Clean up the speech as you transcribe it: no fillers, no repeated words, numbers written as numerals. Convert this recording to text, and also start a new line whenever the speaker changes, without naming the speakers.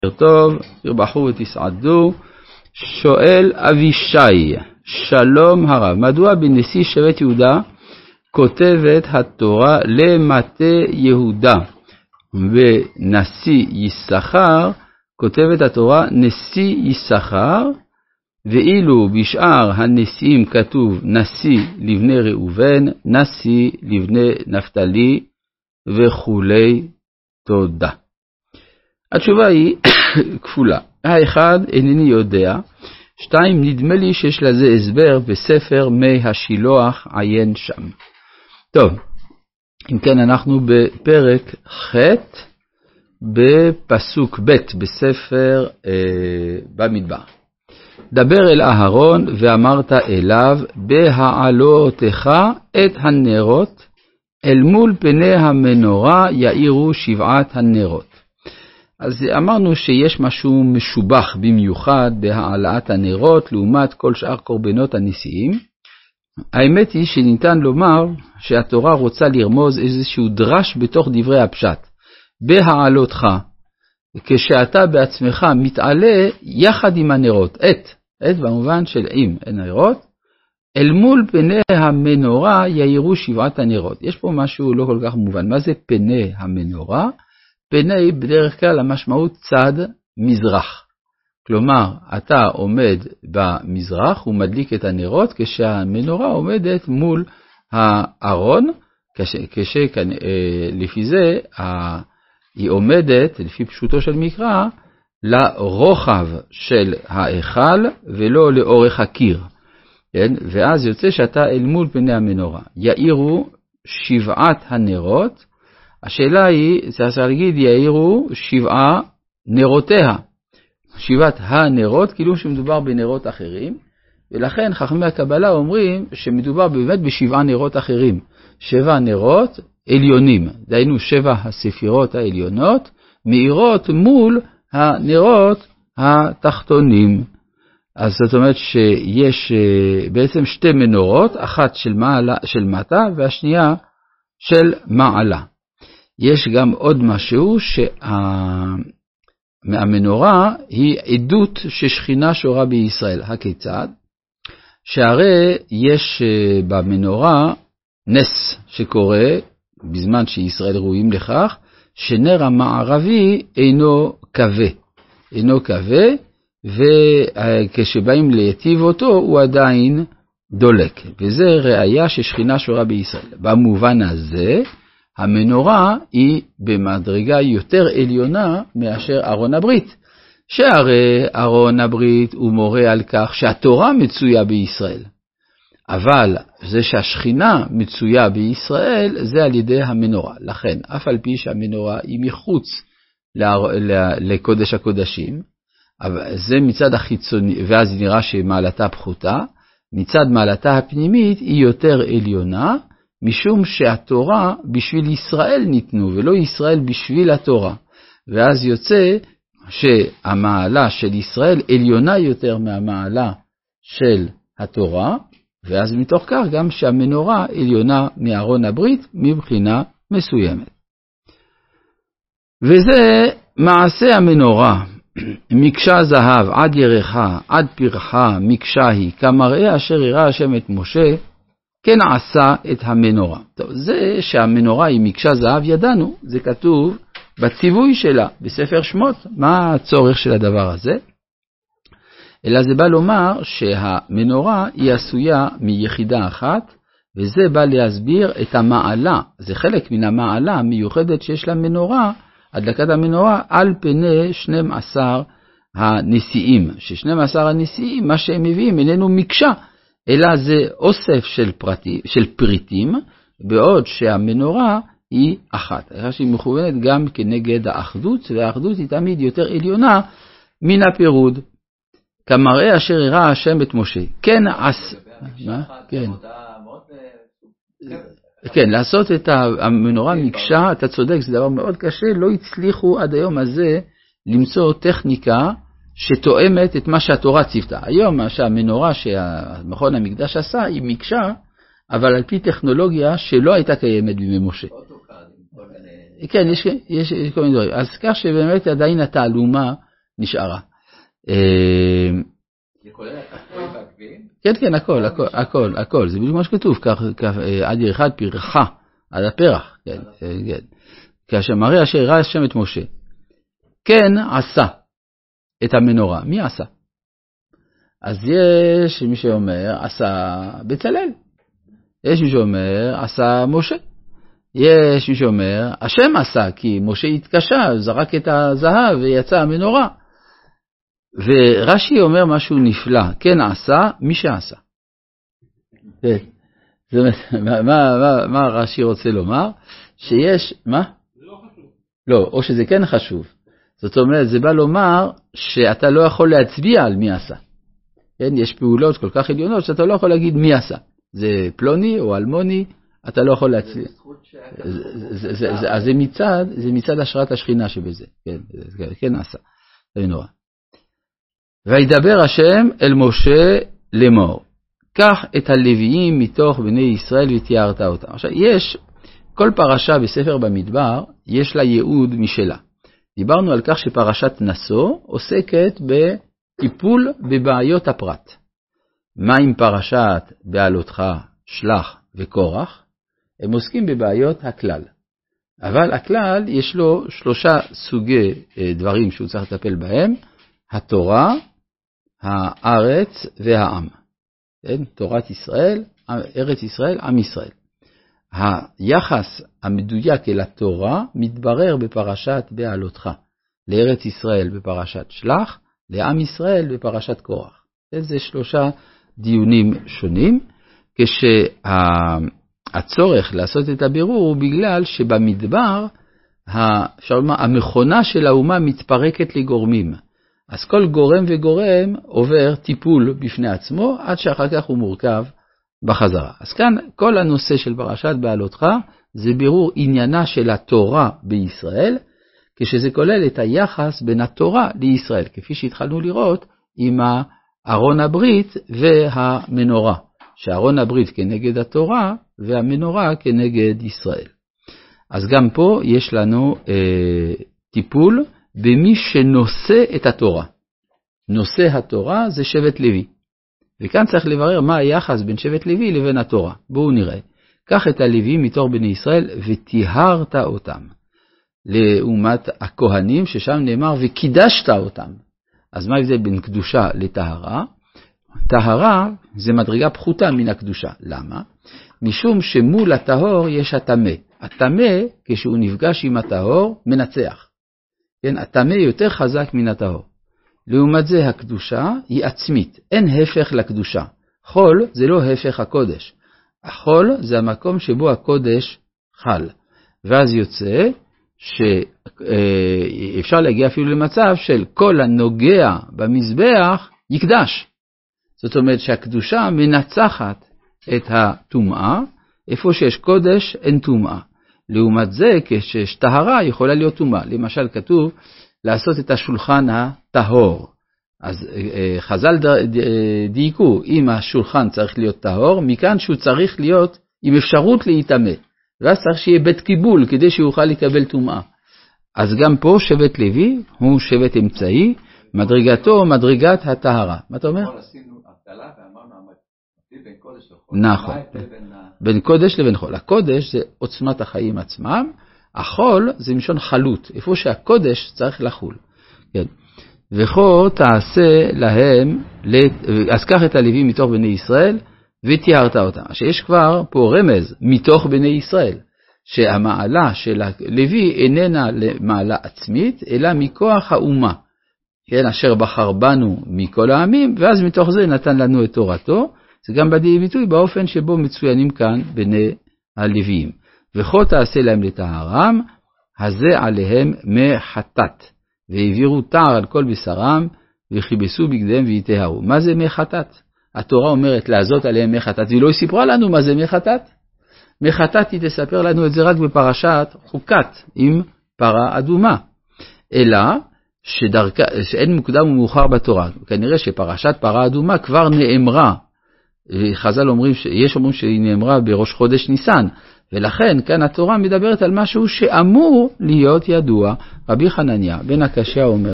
טוב, תרבחו ותסעדו. שואל אבישי, שלום הרב, מדוע בנשיא שבט יהודה כותבת התורה למטה יהודה, ונשיא יששכר כותבת התורה נשיא יששכר, ואילו בשאר הנשיאים כתוב נשיא לבני ראובן, נשיא לבני נפתלי וכולי? תודה. התשובה היא כפולה. האחד, אינני יודע. שתיים, נדמה לי שיש לזה הסבר בספר מי השילוח עיין שם. טוב, אם כן אנחנו בפרק ח' בפסוק ב' בספר במדבר. דבר אל אהרון ואמרת אליו, בהעלותך את הנרות, אל מול פני המנורה יאירו 7 הנרות. אז אמרנו שיש משהו משובח במיוחד בהעלאת הנרות לעומת כל שאר קורבנות הנשיאים. האמת היא שניתן לומר שהתורה רוצה לרמוז איזשהו דרש בתוך דברי הפשט. בהעלותך, כשאתה בעצמך מתעלה יחד עם הנרות, את במובן של עם הנרות, אל מול פני המנורה יאירו 7 הנרות. יש פה משהו לא כל כך מובן. מה זה פני המנורה? פני בדרך כלל המשמעות צד מזרח. כלומר, אתה עומד במזרח ומדליק את הנרות, כשהמנורה עומדת מול הארון, לפי זה היא עומדת, לפי פשוטו של מקרא, לרוחב של ההיכל ולא לאורך הקיר. כן? ואז יוצא שאתה אל מול פני המנורה. יאירו 7 הנרות, השאלה היא, צריך להגיד, יאירו 7 נרותיה. 7 הנרות, כאילו שמדובר בנרות אחרים, ולכן חכמי הקבלה אומרים שמדובר באמת ב7 נרות אחרים. 7 נרות עליונים, דהיינו 7 הספירות העליונות, מאירות מול הנרות התחתונים. אז זאת אומרת שיש בעצם 2 מנורות, אחת של מטה והשנייה של מעלה. יש גם עוד משהו שהמנורה היא עדות ששכינה שורה בישראל. הכיצד? שהרי יש במנורה נס שקורה בזמן שישראל ראויים לכך, שנר המערבי אינו כבה, וכשבאים להיטיב אותו הוא עדיין דולק, וזה ראיה ששכינה שורה בישראל. במובן הזה המנורה היא במדרגה יותר עליונה מאשר ארון הברית, שהרי ארון הברית הוא מורה על כך שהתורה מצויה בישראל, אבל זה שהשכינה מצויה בישראל זה על ידי המנורה. לכן אף על פי שהמנורה היא מחוץ לקודש הקודשים, אבל זה מצד החיצוני, ואז נראה שמעלתה פחותה, מצד מעלתה הפנימית היא יותר עליונה, משום שהתורה בשביל ישראל ניתנו, ולא ישראל בשביל התורה. ואז יוצא שהמעלה של ישראל עליונה יותר מהמעלה של התורה, ואז מתוך כך גם שהמנורה עליונה מארון הברית מבחינה מסוימת. וזה מעשה המנורה, מקשה זהב עד ירחה, עד פרחה, מקשה היא, כמראה אשר הראה השם את משה, כן עשה את המנורה. טוב, זה שהמנורה היא מקשה זהב ידענו, זה כתוב בציווי שלה, בספר שמות. מה הצורך של הדבר הזה? אלא זה בא לומר שהמנורה היא עשויה מיחידה אחת, וזה בא להסביר את המעלה, זה חלק מן המעלה המיוחדת שיש למנורה, הדלקת המנורה על פני 12 הנשיאים, ש12 הנשיאים, מה שהם מביאים איננו מקשה, אלא זה אוסף של פריטים, בעוד שהמנורה היא אחת. שהיא מכוונת גם כנגד האחדות, והאחדות היא תמיד יותר עליונה מן הפירוד. כמראה אשר הראה השם את משה. כן, כן, לעשות את המנורה מקשה, אתה צודק, זה דבר מאוד קשה, לא הצליחו עד היום הזה למצוא טכניקה שתואמת את מה שהתורה ציוותה. היום שהמנורה שהמכון המקדש עשה היא מקשה, אבל על פי טכנולוגיה שלא הייתה קיימת בימי משה. כן, יש כל מיני דברים. אז כך שבאמת עדיין התעלומה נשארה. כן, הכל, זה בדיוק מה שכתוב, עד ירחד פרחה, עד הפרח, כן. כאשר מראה אשר ראה השם את משה, כן עשה את המנורה. מי עשה? אז יש מי שאומר עשה בצלאל, יש מי שאומר עשה משה, יש מי שאומר השם עשה, כי משה התקשה, זרק את הזהב ויצא המנורה. ורש"י אומר משהו נפלא, כן עשה מי שעשה. מה רש"י רוצה לומר? שיש, מה?
זה לא חשוב.
לא, או שזה כן חשוב. זאת אומרת, זה בא לומר שאתה לא יכול להצביע על מי עשה. כן, יש פעולות כל כך עליונות שאתה לא יכול להגיד מי עשה. זה פלוני או אלמוני, אתה לא יכול להצביע. אז זה מצד השראת השכינה שבזה. כן עשה. זה נורא. וידבר השם אל משה לאמור, קח את הלוויים מתוך בני ישראל ותיארת אותם. עכשיו, כל פרשה בספר במדבר, יש לה ייעוד משלה. דיברנו על כך שפרשת נשוא עוסקת בטיפול בבעיות הפרט. מה עם פרשת בעלותך, שלח וקורח? הם עוסקים בבעיות הכלל. אבל הכלל יש לו 3 סוגי דברים שהוא צריך לטפל בהם, התורה, הארץ והעם. תורת ישראל, ארץ ישראל, עם ישראל. היחס המדויק אל התורה מתברר בפרשת בעלותך, לארץ ישראל בפרשת שלח, לעם ישראל בפרשת קורח. זה 3 דיונים שונים, כשהצורך לעשות את הבירור הוא בגלל שבמדבר המכונה של האומה מתפרקת לגורמים. אז כל גורם וגורם עובר טיפול בפני עצמו, עד שאחר כך הוא מורכב בחזרה. אז כאן כל הנושא של פרשת בעלותך זה בירור עניינה של התורה בישראל, כשזה כולל את היחס בין התורה לישראל, כפי שהתחלנו לראות עם ארון הברית והמנורה, שארון הברית כנגד התורה והמנורה כנגד ישראל. אז גם פה יש לנו טיפול במי שנושא את התורה. נושא התורה זה שבט לוי. וכאן צריך לברר מה היחס בין שבט לוי לבין התורה. בואו נראה. קח את הלוויים מתוך בני ישראל וטיהרת אותם. לעומת הכהנים ששם נאמר וקידשת אותם. אז מה ההבדל בין קדושה לטהרה? טהרה זה מדרגה פחותה מן הקדושה. למה? משום שמול הטהור יש הטמא. הטמא כשהוא נפגש עם הטהור מנצח. כן, הטמא יותר חזק מן הטהור. לעומת זה הקדושה היא עצמית, אין הפך לקדושה. חול זה לא הפך הקודש. החול זה המקום שבו הקודש חל. ואז יוצא שאפשר להגיע אפילו למצב של כל הנוגע במזבח יקדש. זאת אומרת שהקדושה מנצחת את הטומאה, איפה שיש קודש אין טומאה. לעומת זה, כשיש טהרה יכולה להיות טומאה. למשל כתוב לעשות את השולחן הטהור. אז חז"ל דייקו, אם השולחן צריך להיות טהור, מכאן שהוא צריך להיות עם אפשרות להיטמא. ואז צריך שיהיה בית קיבול כדי שיוכל לקבל טומאה. אז גם פה שבט לוי הוא שבט אמצעי, מדרגתו מדרגת הטהרה. מה אתה אומר? נכון, בין קודש לבין חול. הקודש זה עוצמת החיים עצמם, החול זה משון חלות, איפה שהקודש צריך לחול. כן. וכה תעשה להם, אז קח את הלוויים מתוך בני ישראל, ותיארת אותם. שיש כבר פה רמז מתוך בני ישראל, שהמעלה של הלוי איננה מעלה עצמית, אלא מכוח האומה, כן, אשר בחר בנו מכל העמים, ואז מתוך זה נתן לנו את תורתו, זה גם בדי ביטוי באופן שבו מצוינים כאן בני הלוויים. וכה תעשה להם לטהרם, הזה עליהם מחטאת, והעבירו טהר על כל בשרם, וכיבסו בגדיהם ויטהרו. מה זה מחטאת? התורה אומרת לעזות עליהם מחטאת, והיא לא סיפרה לנו מה זה מחטאת. מחטאת היא תספר לנו את זה רק בפרשת חוקת, עם פרה אדומה. אלא שאין מוקדם ומאוחר בתורה. כנראה שפרשת פרה אדומה כבר נאמרה. חז"ל אומרים, יש אומרים שהיא נאמרה בראש חודש ניסן, ולכן כאן התורה מדברת על משהו שאמור להיות ידוע. רבי חנניה בן הקשיא אומר,